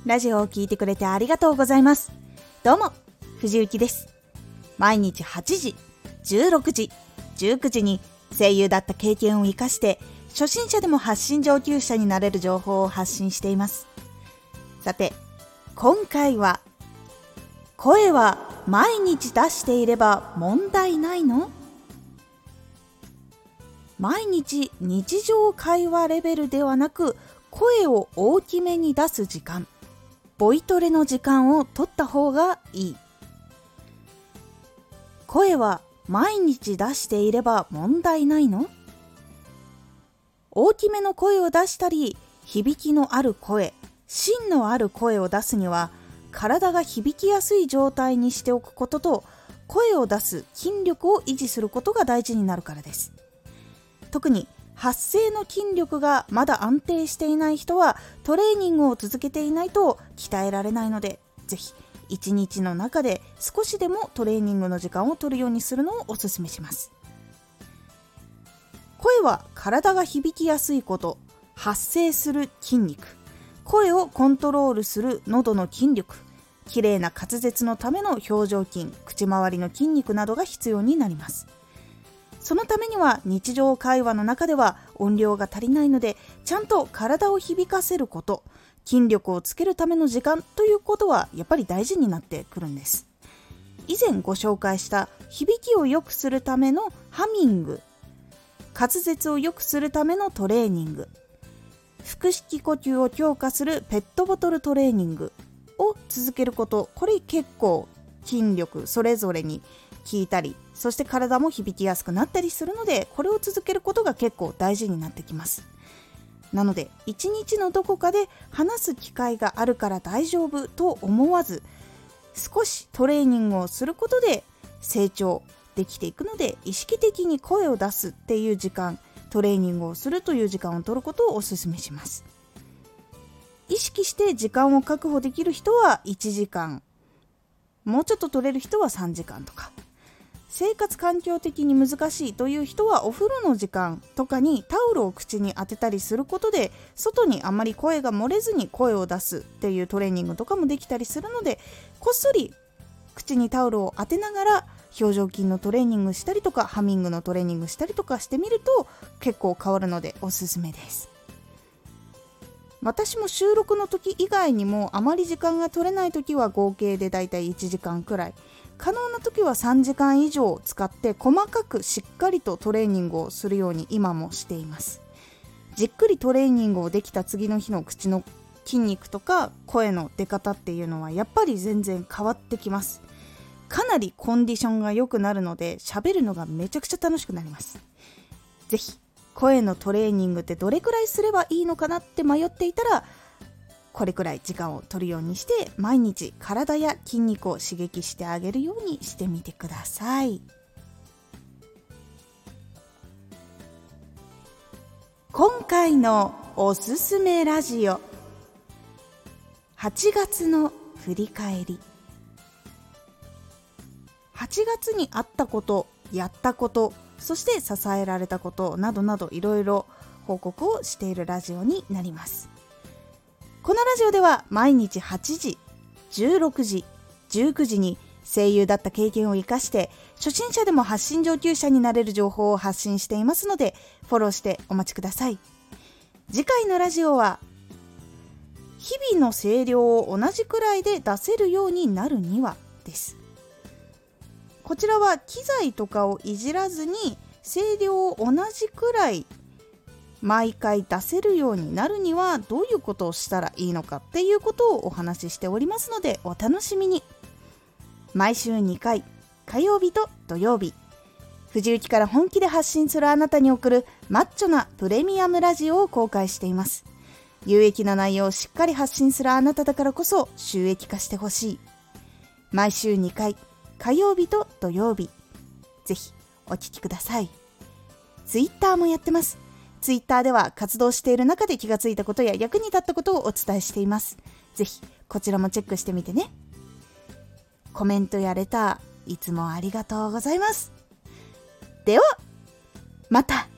ラジオを聞いてくれてありがとうございます。どうも、藤幸です。毎日8時、16時、19時に声優だった経験を生かして初心者でも発信上級者になれる情報を発信しています。さて、今回は声は毎日出していれば問題ないの？毎日日常会話レベルではなく声を大きめに出す時間、ボイトレの時間を取った方がいい。声は毎日出していれば問題ないの？大きめの声を出したり、響きのある声、芯のある声を出すには、体が響きやすい状態にしておくことと、声を出す筋力を維持することが大事になるからです。特に発声の筋力がまだ安定していない人はトレーニングを続けていないと鍛えられないので、ぜひ一日の中で少しでもトレーニングの時間を取るようにするのをお勧めします。声は体が響きやすいこと、発声する筋肉、声をコントロールする喉の筋力、きれいな滑舌のための表情筋、口周りの筋肉などが必要になります。そのためには日常会話の中では音量が足りないので、ちゃんと体を響かせること、筋力をつけるための時間ということはやっぱり大事になってくるんです。以前ご紹介した響きを良くするためのハミング、滑舌を良くするためのトレーニング、腹式呼吸を強化するペットボトルトレーニングを続けること、これ結構筋力それぞれに効いたり、そして体も響きやすくなったりするので、これを続けることが結構大事になってきます。なので一日のどこかで話す機会があるから大丈夫と思わず、少しトレーニングをすることで成長できていくので、意識的に声を出すっていう時間、トレーニングをするという時間を取ることをお勧めします。意識して時間を確保できる人は1時間、もうちょっと取れる人は3時間とか、生活環境的に難しいという人はお風呂の時間とかにタオルを口に当てたりすることで、外にあまり声が漏れずに声を出すっていうトレーニングとかもできたりするので、こっそり口にタオルを当てながら表情筋のトレーニングしたりとか、ハミングのトレーニングしたりとかしてみると結構変わるのでおすすめです。私も収録の時以外にもあまり時間が取れない時は合計でだいたい1時間くらい、可能な時は3時間以上使って細かくしっかりとトレーニングをするように今もしています。じっくりトレーニングをできた次の日の口の筋肉とか声の出方っていうのはやっぱり全然変わってきます。かなりコンディションが良くなるので、喋るのがめちゃくちゃ楽しくなります。ぜひ声のトレーニングってどれくらいすればいいのかなって迷っていたら、これくらい時間を取るようにして毎日体や筋肉を刺激してあげるようにしてみてください。今回のおすすめラジオ、8月の振り返り。8月にあったこと、やったこと、そして支えられたことなどなど、いろいろ報告をしているラジオになります。このラジオでは毎日8時、16時、19時に声優だった経験を生かして初心者でも発信上級者になれる情報を発信していますので、フォローしてお待ちください。次回のラジオは、日々の声量を同じくらいで出せるようになるにはです。こちらは機材とかをいじらずに声量を同じくらい毎回出せるようになるにはどういうことをしたらいいのかっていうことをお話ししておりますので、お楽しみに。毎週2回、火曜日と土曜日、藤雪から本気で発信するあなたに送るマッチョなプレミアムラジオを公開しています。有益な内容をしっかり発信するあなただからこそ収益化してほしい。毎週2回、火曜日と土曜日、ぜひお聞きください。ツイッターもやってます。ツイッターでは活動している中で気がついたことや役に立ったことをお伝えしています。ぜひこちらもチェックしてみてね。コメントやレターいつもありがとうございます。ではまた。